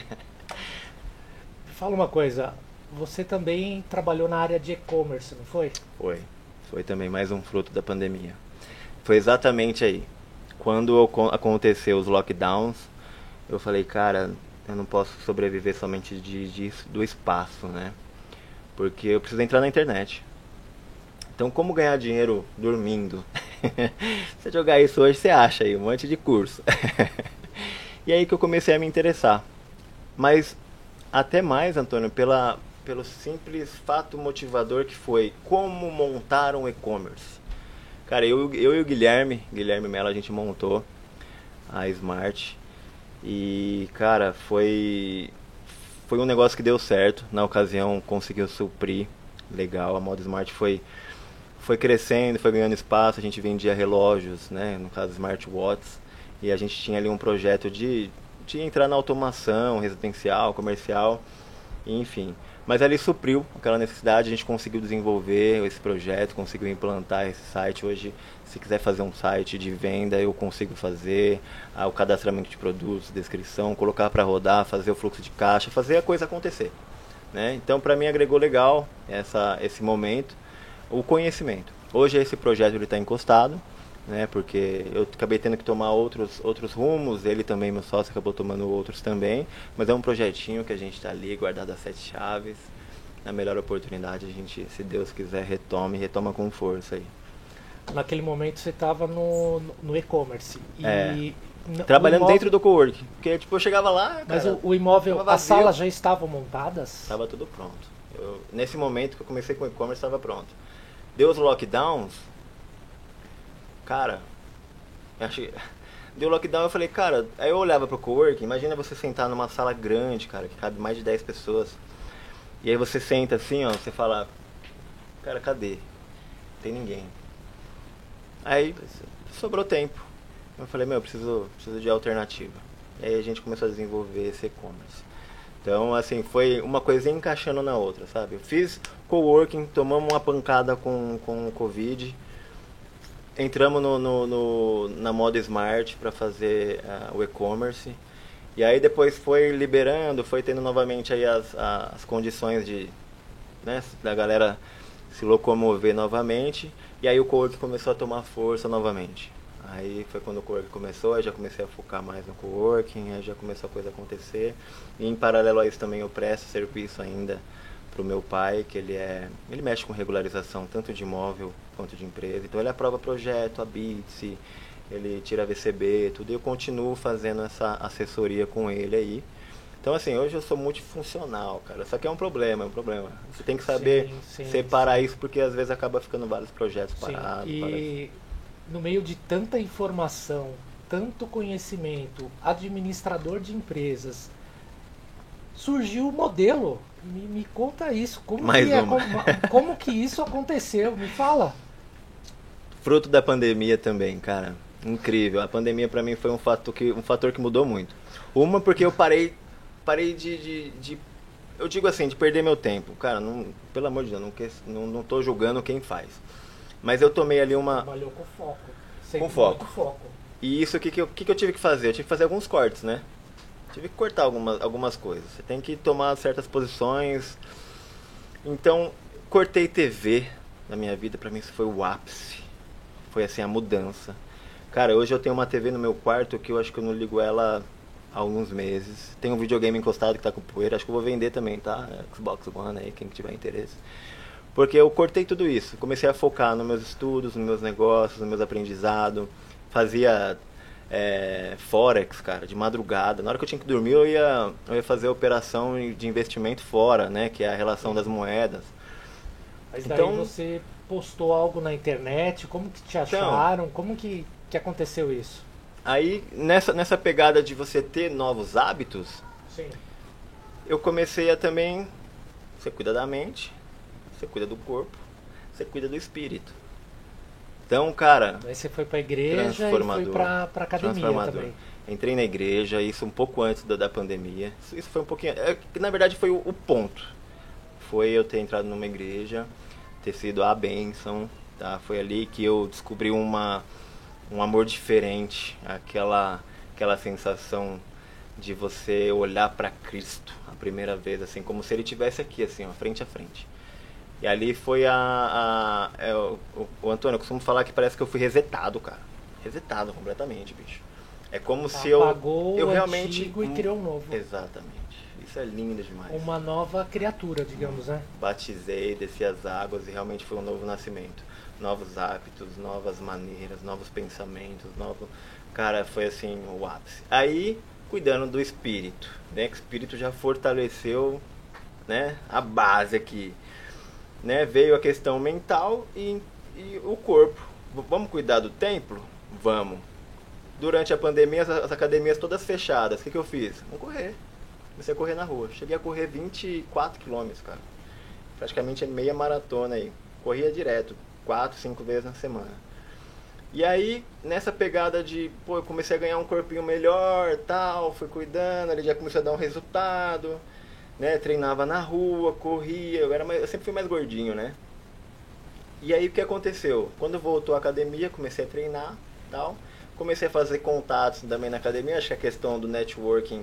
Fala uma coisa, você também trabalhou na área de e-commerce, não foi? Foi também mais um fruto da pandemia. Foi exatamente aí. Quando aconteceu os lockdowns, eu falei, cara, eu não posso sobreviver somente do espaço, né? Porque eu preciso entrar na internet. Então, como ganhar dinheiro dormindo? Se você jogar isso hoje, você acha aí um monte de curso. E aí que eu comecei a me interessar. Mas até mais, Antônio, pelo simples fato motivador que foi como montar um e-commerce. Cara, eu e o Guilherme Mello, a gente montou a Smart. E, cara, foi um negócio que deu certo. Na ocasião, conseguiu suprir legal. A Moda Smart foi crescendo, foi ganhando espaço. A gente vendia relógios, né, no caso smartwatches. E a gente tinha ali um projeto de entrar na automação residencial, comercial, enfim. Mas ali supriu aquela necessidade, a gente conseguiu desenvolver esse projeto, conseguiu implantar esse site. Hoje, se quiser fazer um site de venda, eu consigo fazer o cadastramento de produtos, descrição, colocar para rodar, fazer o fluxo de caixa, fazer a coisa acontecer. né? Então, para mim, agregou legal esse momento, o conhecimento. Hoje esse projeto ele está encostado, né? Porque eu acabei tendo que tomar outros rumos, ele também, meu sócio, acabou tomando outros também, mas é um projetinho que a gente está ali, guardado as 7 chaves. Na melhor oportunidade, a gente, se Deus quiser, retoma com força aí. Naquele momento você estava no e-commerce. E trabalhando dentro do coworking. Porque tipo, eu chegava lá, mas cara, o imóvel, as salas já estavam montadas? Estava tudo pronto. Nesse momento que eu comecei com o e-commerce, estava pronto. Deu os lockdowns, cara, deu lockdown, eu falei, cara, aí eu olhava pro coworking, imagina você sentar numa sala grande, cara, que cabe mais de 10 pessoas. E aí você senta assim, ó, você fala, cara, cadê? Não tem ninguém. Aí sobrou tempo. Eu falei, preciso de alternativa. E aí a gente começou a desenvolver esse e-commerce. Então, assim, foi uma coisa encaixando na outra, sabe? Eu fiz coworking, tomamos uma pancada com o Covid, entramos na moda Smart para fazer o e-commerce. E aí depois foi liberando, foi tendo novamente aí as condições né, da galera se locomover novamente. E aí o coworking começou a tomar força novamente. Aí foi quando o coworking começou, aí já comecei a focar mais no coworking, aí já começou a coisa acontecer. E em paralelo a isso também eu presto serviço ainda pro meu pai, que ele mexe com regularização tanto de imóvel quanto de empresa. Então ele aprova projeto, a BITS, ele tira a VCB, tudo, e eu continuo fazendo essa assessoria com ele aí. Então, assim, hoje eu sou multifuncional, cara. Só que é um problema. Você tem que saber separar isso, porque às vezes acaba ficando vários projetos parados. E no meio de tanta informação, tanto conhecimento, administrador de empresas, surgiu o modelo. Me conta isso. Como que isso aconteceu? Me fala. Fruto da pandemia também, cara. Incrível. A pandemia pra mim foi um fator que mudou muito. Uma, porque eu parei de eu digo assim, de perder meu tempo. Cara, pelo amor de Deus, não tô julgando quem faz. Mas eu tomei ali uma... Trabalhou com foco. Com foco. E isso, o que eu tive que fazer? Eu tive que fazer alguns cortes, né? Tive que cortar algumas coisas. Você tem que tomar certas posições. Então, cortei TV na minha vida. Pra mim isso foi o ápice. Foi assim, a mudança. Cara, hoje eu tenho uma TV no meu quarto que eu acho que eu não ligo ela há alguns meses. Tem um videogame encostado que tá com poeira. Acho que eu vou vender também, tá? Xbox One aí, quem tiver interesse. Porque eu cortei tudo isso. Comecei a focar nos meus estudos, nos meus negócios, nos meus aprendizados. Fazia Forex, cara, de madrugada. Na hora que eu tinha que dormir, eu ia fazer a operação de investimento fora, né? Que é a relação das moedas. Mas daí então, você postou algo na internet? Como que te acharam? Então, como que aconteceu isso? Aí, nessa pegada de você ter novos hábitos, sim, eu comecei a também... Você cuida da mente, você cuida do corpo, você cuida do espírito. Então, cara... Aí você foi pra igreja e foi pra academia também. Entrei na igreja, isso um pouco antes da pandemia. Isso foi um pouquinho... na verdade, foi o ponto. Foi eu ter entrado numa igreja, ter sido a bênção, tá? Foi ali que eu descobri um amor diferente, aquela sensação de você olhar para Cristo a primeira vez, assim, como se ele estivesse aqui, assim, ó, frente a frente. E ali foi o Antônio, eu costumo falar que parece que eu fui resetado, cara. Resetado completamente, bicho. É como se eu realmente... antigo e criou um novo. Exatamente. Isso é lindo demais. Uma nova criatura, digamos, né? Batizei, desci as águas e realmente foi um novo nascimento. Novos hábitos, novas maneiras, novos pensamentos, Cara, foi assim, o ápice. Aí, cuidando do espírito, né? Que o espírito já fortaleceu, né? A base aqui. Né? Veio a questão mental e o corpo. Vamos cuidar do templo? Vamos. Durante a pandemia, as academias todas fechadas. O que eu fiz? Vamos correr. Comecei a correr na rua. Cheguei a correr 24 quilômetros, cara. Praticamente meia maratona aí. Corria direto, 4, 5 vezes na semana. E aí, nessa pegada de, eu comecei a ganhar um corpinho melhor, tal, fui cuidando, ele já começou a dar um resultado, né? Treinava na rua, corria, eu sempre fui mais gordinho, né? E aí, o que aconteceu? Quando voltou à academia, comecei a treinar, tal. comecei a fazer contatos também na academia, acho que a questão do networking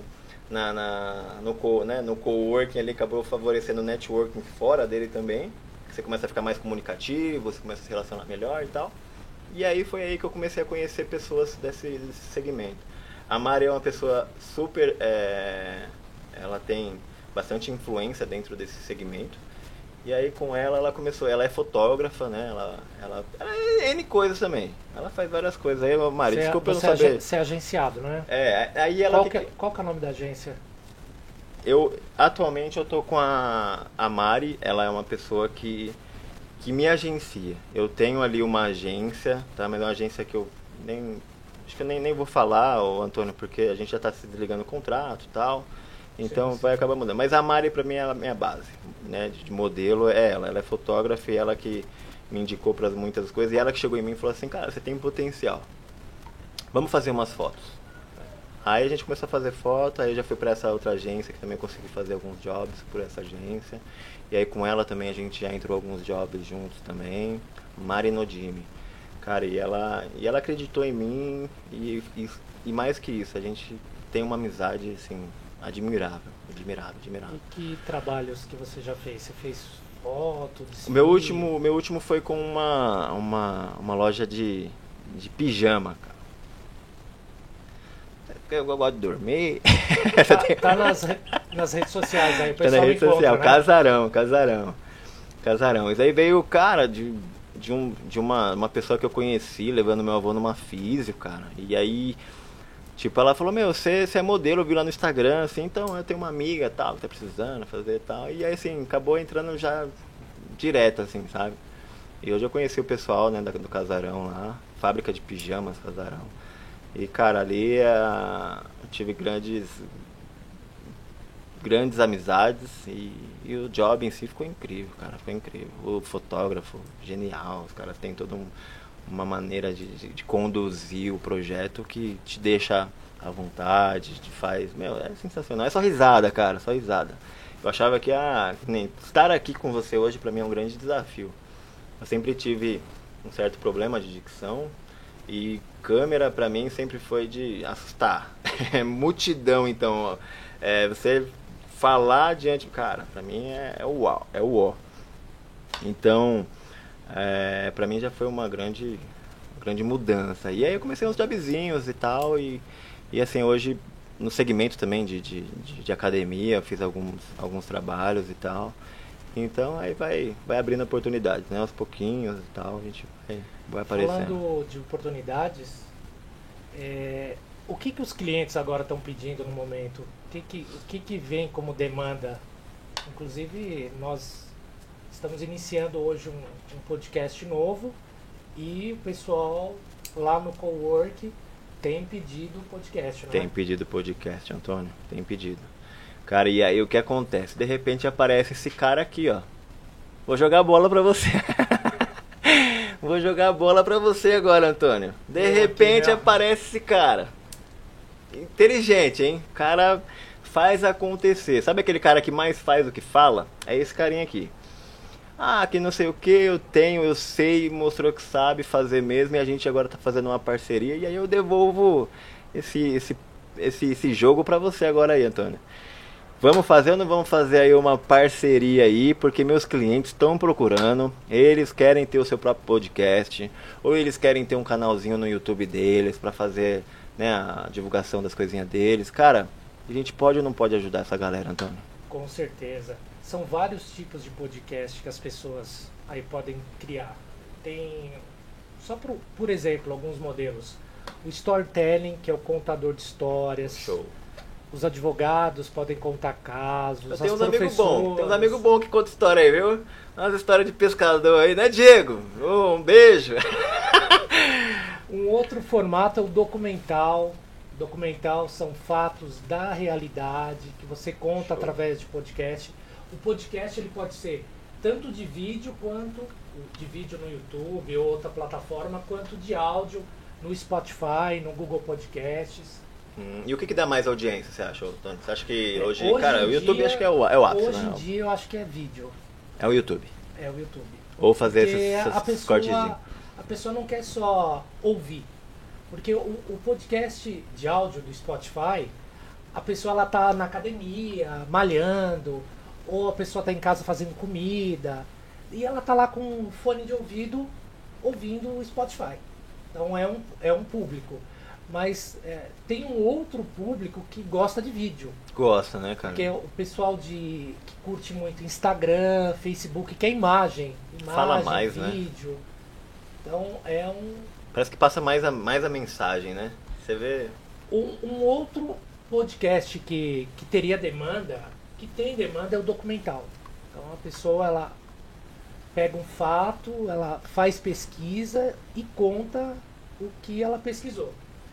no coworking ali acabou favorecendo o networking fora dele também. Você começa a ficar mais comunicativo, você começa a se relacionar melhor e tal. E aí foi aí que eu comecei a conhecer pessoas desse segmento. A Mari é uma pessoa super... ela tem bastante influência dentro desse segmento. E aí com ela começou... Ela é fotógrafa, né? Ela é N coisas também. Ela faz várias coisas. Aí, Mari, desculpa eu não saber... Você é agenciado, não é? Aí ela... Qual que é o nome da agência? Atualmente eu tô com a Mari. Ela é uma pessoa que me agencia. Eu tenho ali uma agência, tá? Mas é uma agência que eu acho que eu nem vou falar, Antônio, porque a gente já está se desligando o contrato e tal. Então sim. Vai acabar mudando. Mas a Mari pra mim é a minha base, né? De modelo é ela. Ela é fotógrafa e ela que me indicou para muitas coisas. E ela que chegou em mim e falou assim, cara, você tem potencial. Vamos fazer umas fotos. Aí a gente começou a fazer foto, aí eu já fui para essa outra agência que também consegui fazer alguns jobs por essa agência. E aí com ela também a gente já entrou alguns jobs juntos também. Mari Nodimi. Cara, e ela acreditou em mim e mais que isso, a gente tem uma amizade assim admirável. E que trabalhos que você já fez? Você fez foto? O meu último foi com uma loja de pijama, cara. Eu gosto de dormir. Tá nas redes sociais aí, o pessoal tá na rede social, né? Casarão. Isso aí veio, cara, de uma pessoa que eu conheci, levando meu avô numa físio, cara. E aí, tipo, ela falou, você é modelo, eu vi lá no Instagram, assim, então eu tenho uma amiga, tal, que tá precisando fazer tal. E aí, assim, acabou entrando já direto, assim, sabe? E hoje eu conheci o pessoal, né, do Casarão lá, fábrica de pijamas, Casarão. E, cara, ali eu tive grandes amizades e o job em si ficou incrível, cara, ficou incrível. O fotógrafo, genial, os caras têm toda uma maneira de conduzir o projeto que te deixa à vontade, te faz, é sensacional. É só risada, cara, só risada. Eu achava que estar aqui com você hoje pra mim é um grande desafio. Eu sempre tive um certo problema de dicção e câmera pra mim sempre foi de assustar. É multidão, então, você falar diante, cara, pra mim é o uau, é o ó. Então, pra mim já foi uma grande mudança. E aí eu comecei uns jobzinhos e tal, e assim, hoje no segmento também de academia, eu fiz alguns trabalhos e tal. Então aí vai abrindo oportunidades, né? Aos pouquinhos e tal, a gente vai aparecendo. Falando de oportunidades, o que os clientes agora estão pedindo no momento? O que vem como demanda? Inclusive, nós estamos iniciando hoje um podcast novo e o pessoal lá no Cowork tem pedido podcast, não é? Tem pedido podcast, Antônio, tem pedido. Cara, e aí o que acontece? De repente aparece esse cara aqui, ó. Vou jogar a bola pra você. Vou jogar a bola pra você agora, Antônio. De repente aparece esse cara. Inteligente, hein? O cara faz acontecer. Sabe aquele cara que mais faz do que fala? É esse carinha aqui. Que não sei o que, eu sei, mostrou que sabe fazer mesmo e a gente agora tá fazendo uma parceria e aí eu devolvo esse jogo pra você agora aí, Antônio. Vamos fazer ou não vamos fazer aí uma parceria aí, porque meus clientes estão procurando, eles querem ter o seu próprio podcast, ou eles querem ter um canalzinho no YouTube deles pra fazer, né, a divulgação das coisinhas deles. Cara, a gente pode ou não pode ajudar essa galera, Antônio? Com certeza. São vários tipos de podcast que as pessoas aí podem criar. Tem, só por exemplo, alguns modelos. O storytelling, que é o contador de histórias. Show. Os advogados podem contar casos. Tem uns amigos bons que contam história aí, viu? Umas histórias de pescador aí, né, Diego? Um beijo. Um outro formato é o documental. Documental são fatos da realidade que você conta através de podcast. O podcast ele pode ser tanto de vídeo quanto de vídeo no YouTube ou outra plataforma, quanto de áudio no Spotify, no Google Podcasts. E o que dá mais audiência, você acha, Antônio? Você acha que hoje cara, o YouTube acho que é o ápice, hoje né? Hoje em dia eu acho que é vídeo. É o YouTube. É o YouTube. Ou fazer esses cortezinhos. A pessoa não quer só ouvir. Porque o podcast de áudio do Spotify, a pessoa ela tá na academia, malhando, ou a pessoa tá em casa fazendo comida, e ela tá lá com um fone de ouvido ouvindo o Spotify. Então é um público. Mas tem um outro público que gosta de vídeo. Gosta, né, cara? Que é o pessoal que curte muito Instagram, Facebook, que é imagem, Fala mais, vídeo. Né? Então Parece que passa mais a mensagem, né? Você vê... Um outro podcast que teria demanda, que tem demanda, é o documental. Então a pessoa, ela pega um fato, ela faz pesquisa e conta o que ela pesquisou.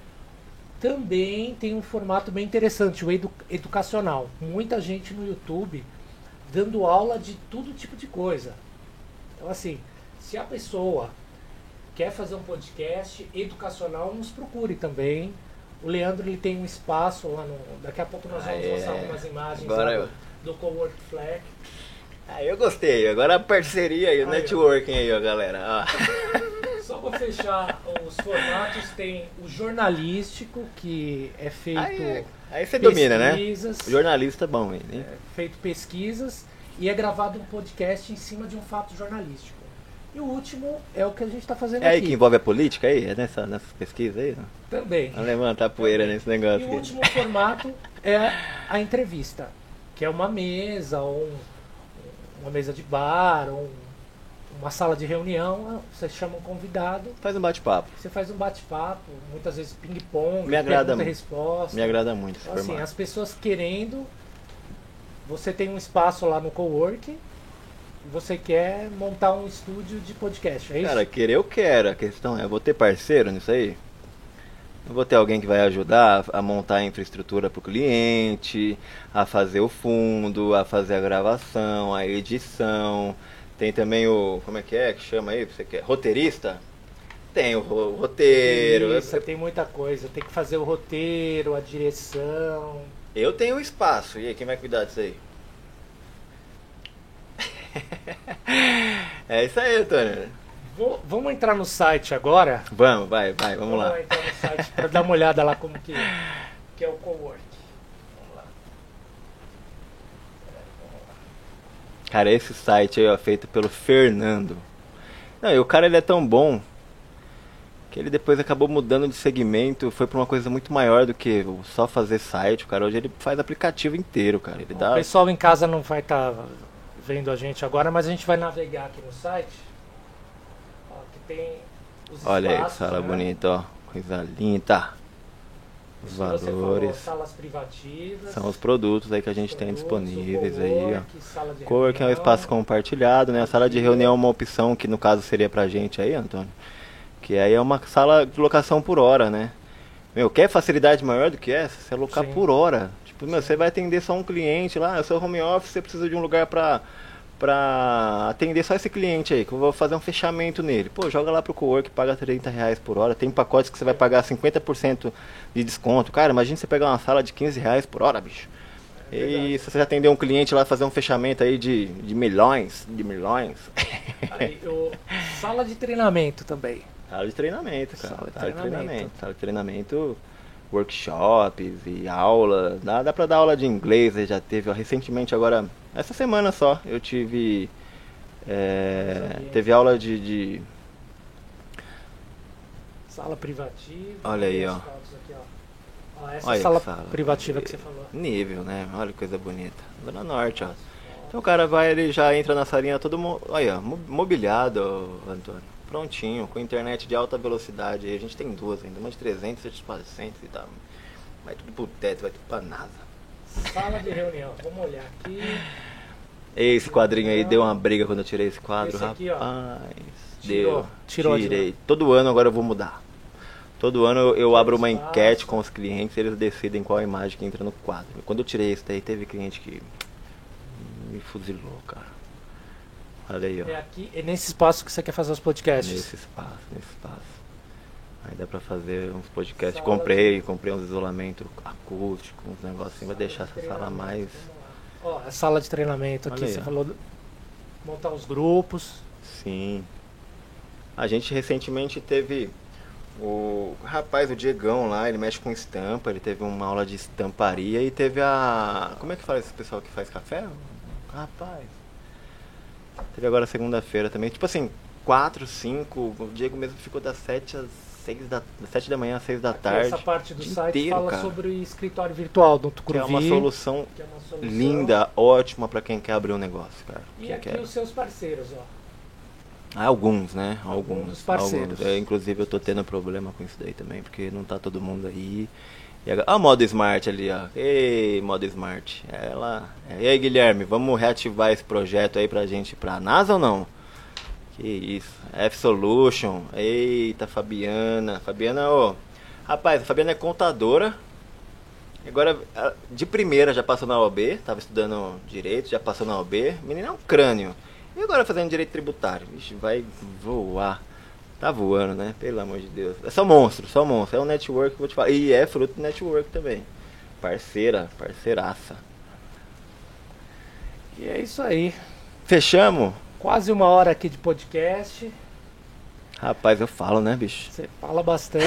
Também tem um formato bem interessante, o educacional. Muita gente no YouTube dando aula de todo tipo de coisa. Então assim, se a pessoa quer fazer um podcast educacional, nos procure também. O Leandro, ele tem um espaço lá daqui a pouco nós vamos mostrar algumas imagens agora do Cowork Fleck. Eu gostei. Agora a parceria aí, o networking aí, ó, galera. Só para fechar os formatos, tem o jornalístico, que é feito aí você domina, né? O jornalista é bom, hein? Feito pesquisas e é gravado um podcast em cima de um fato jornalístico. E o último é o que a gente está fazendo aqui. É aí que envolve a política aí? É nessas pesquisas aí? Não? Também. Vamos levantar a poeira nesse negócio E aqui. o último formato é a entrevista, que é uma mesa, ou uma mesa de bar, ou uma sala de reunião, você chama um convidado. Faz um bate-papo. Você faz um bate-papo, muitas vezes ping-pong, Me agrada muito. Resposta. Me agrada muito esse então, assim, formato. as pessoas querendo, você tem um espaço lá no Cowork, você quer montar um estúdio de podcast, é isso? Cara, querer eu quero. A questão é, eu vou ter parceiro nisso aí? Eu vou ter alguém que vai ajudar a montar a infraestrutura para o cliente, a fazer o fundo, a fazer a gravação, a edição. Tem também como é que chama aí? Você quer? Roteirista? Tem o roteiro. Isso, tem muita coisa. Tem que fazer o roteiro, a direção. Eu tenho o espaço. E aí, quem vai cuidar disso aí? É isso aí, Antônio. Vamos entrar no site agora? Vamos lá. Vamos entrar no site para dar uma olhada lá como que é o Cowork. Vamos lá. Cara, esse site aí, ó, feito pelo Fernando. Não, e o cara, ele é tão bom que ele depois acabou mudando de segmento, foi pra uma coisa muito maior do que só fazer site. O cara hoje ele faz aplicativo inteiro, cara. Ele dá... O pessoal em casa não vai estar vendo a gente agora, mas a gente vai navegar aqui no site. Ó, que tem os Olha aí, espaços, sala né? bonita, ó. Coisa linda. Os Você falou, valores. salas privativas. São os produtos aí que a gente tem disponíveis aí, ó. Sala de Cowork é um reunião. espaço compartilhado, né? A sala de reunião é uma opção que no caso seria pra gente aí, Antônio. Que aí é uma sala de locação por hora, né? Meu, quer facilidade maior do que essa? Você alocar Sim. por hora. Tipo, meu, você vai atender só um cliente lá, o seu home office, você precisa de um lugar pra atender só esse cliente aí, que eu vou fazer um fechamento nele. Pô, joga lá pro Cowork, paga R$30 por hora. Tem pacotes que você vai pagar 50% de desconto. Cara, imagina você pegar uma sala de R$15 por hora, bicho. E se você atender um cliente lá, fazer um fechamento aí de milhões. Aí, sala de treinamento também. Sala de treinamento, cara. Sala de Sala de treinamento, workshops e aulas. Dá pra dar aula de inglês, já teve. Ó, recentemente, agora, essa semana só, eu tive. Teve aula de. Sala privativa. Olha aí, ó. Aqui, ó. Essa Olha sala que sala privativa que você falou. Nível, né? Olha que coisa bonita. Zona Norte, ó. Então o cara vai, ele já entra na salinha todo olha, mobiliado, Antônio. Prontinho, com internet de alta velocidade. Aí a gente tem duas ainda, uma de 300 e de 400 e tal. Vai tudo pro teto, vai tudo pra NASA. Sala de reunião, vamos olhar aqui. Esse quadrinho aí deu uma briga quando eu tirei esse quadro, Esse aqui, ó. rapaz. Tirou de Tirei. lá. Todo ano agora eu vou mudar. Todo ano eu abro uma espaço. enquete com os clientes e eles decidem qual a imagem que entra no quadro. Quando eu tirei esse daí, teve cliente que me fuzilou, cara. Olha aí, ó. É aqui, é nesse espaço que você quer fazer os podcasts. Nesse espaço. Aí dá pra fazer uns podcasts. Sala Comprei uns isolamento acústico, uns negócios assim, vai deixar essa sala mais... Ó, a sala de treinamento aqui, Olha aí, você ó. falou montar os grupos. Sim. A gente recentemente teve O rapaz, o Diegão lá, ele mexe com estampa, ele teve uma aula de estamparia e teve a... Como é que fala esse pessoal que faz café? Rapaz, teve agora segunda-feira também, tipo assim, 4, 5, o Diego mesmo ficou das 7 às 6 das 7 da manhã às 6 da Aqui, tarde. essa parte do dia site inteiro, fala cara. sobre escritório virtual do Que é uma Tucuruvi. solução Que é uma solução. linda, ótima pra quem quer abrir um negócio, cara. E Quem aqui quer. os seus parceiros, ó. Alguns, né? Alguns dos parceiros. Inclusive eu tô tendo problema com isso daí também, porque não tá todo mundo aí. A Moda Smart ali, ó. Ei, Moda Smart. Ela. E aí, Guilherme, vamos reativar esse projeto aí pra gente ir pra NASA ou não? Que isso. F-Solution. Eita, Fabiana. Fabiana, ô. Rapaz, a Fabiana é contadora. Agora, de primeira já passou na OAB, tava estudando direito, já passou na OAB. Menina é um crânio. E agora fazendo direito tributário? Vixe, vai voar. Tá voando, né? Pelo amor de Deus. É só monstro, só monstro. É um network que eu vou te falar. E é fruto do network também. Parceira, parceiraça. E é isso aí. Fechamos? Quase 1 hora aqui de podcast. Rapaz, eu falo, né, bicho? Você fala bastante.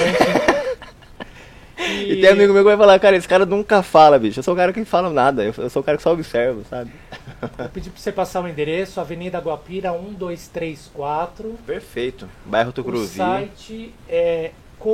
E tem amigo meu que vai falar, cara, esse cara nunca fala, bicho. Eu sou o cara que não fala nada. Eu sou o cara que só observa, sabe? Vou pedir pra você passar o endereço, Avenida Guapira 1234. Perfeito. Bairro O Tucuruvi. site é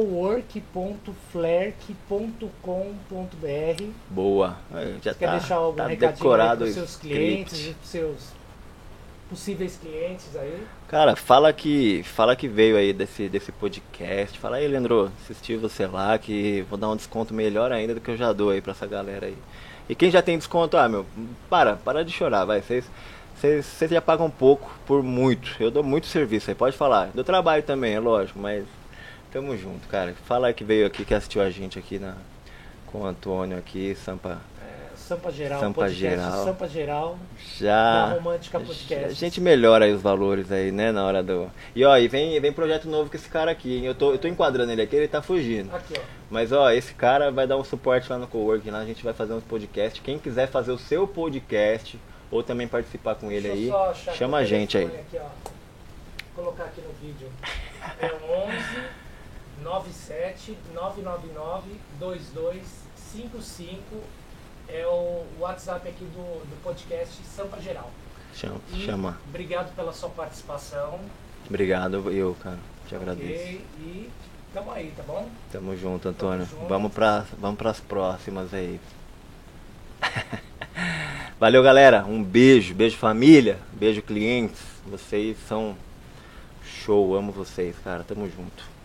cowork.flair.com.br. Boa. Já Quer tá, deixar algum tá recadinho decorado para o os seus clientes, script. os seus possíveis clientes aí? Cara, fala que veio aí desse podcast. Fala aí, Leandro, assisti você lá, que vou dar um desconto melhor ainda do que eu já dou aí pra essa galera aí. E quem já tem desconto, meu, para de chorar, vai. Vocês já pagam pouco por muito. Eu dou muito serviço aí, pode falar. Dou trabalho também, é lógico, mas tamo junto, cara. Fala aí que veio aqui, que assistiu a gente aqui com o Antônio aqui, Sampa Geral, Sampa podcast Geral. Sampa Geral, já. da Romântica A Podcast. gente melhora aí os valores aí, né, na hora do... E ó, e vem projeto novo com esse cara aqui, hein? Eu tô enquadrando ele aqui, ele tá fugindo. Aqui, ó. Mas ó, esse cara vai dar um suporte lá no Coworking, lá a gente vai fazer uns podcasts. Quem quiser fazer o seu podcast ou também participar com ele aí, chama a gente aí. Aqui, ó. Vou colocar aqui no vídeo. É 11 97 999 2255. É o WhatsApp aqui do podcast Sampa Geral. Chama. Obrigado pela sua participação. Obrigado, cara. Te agradeço. E tamo aí, tá bom? Tamo junto, Antônio. Tamo junto. Vamos pras próximas aí. Valeu, galera. Um beijo. Beijo, família. Beijo, clientes. Vocês são show. Amo vocês, cara. Tamo junto.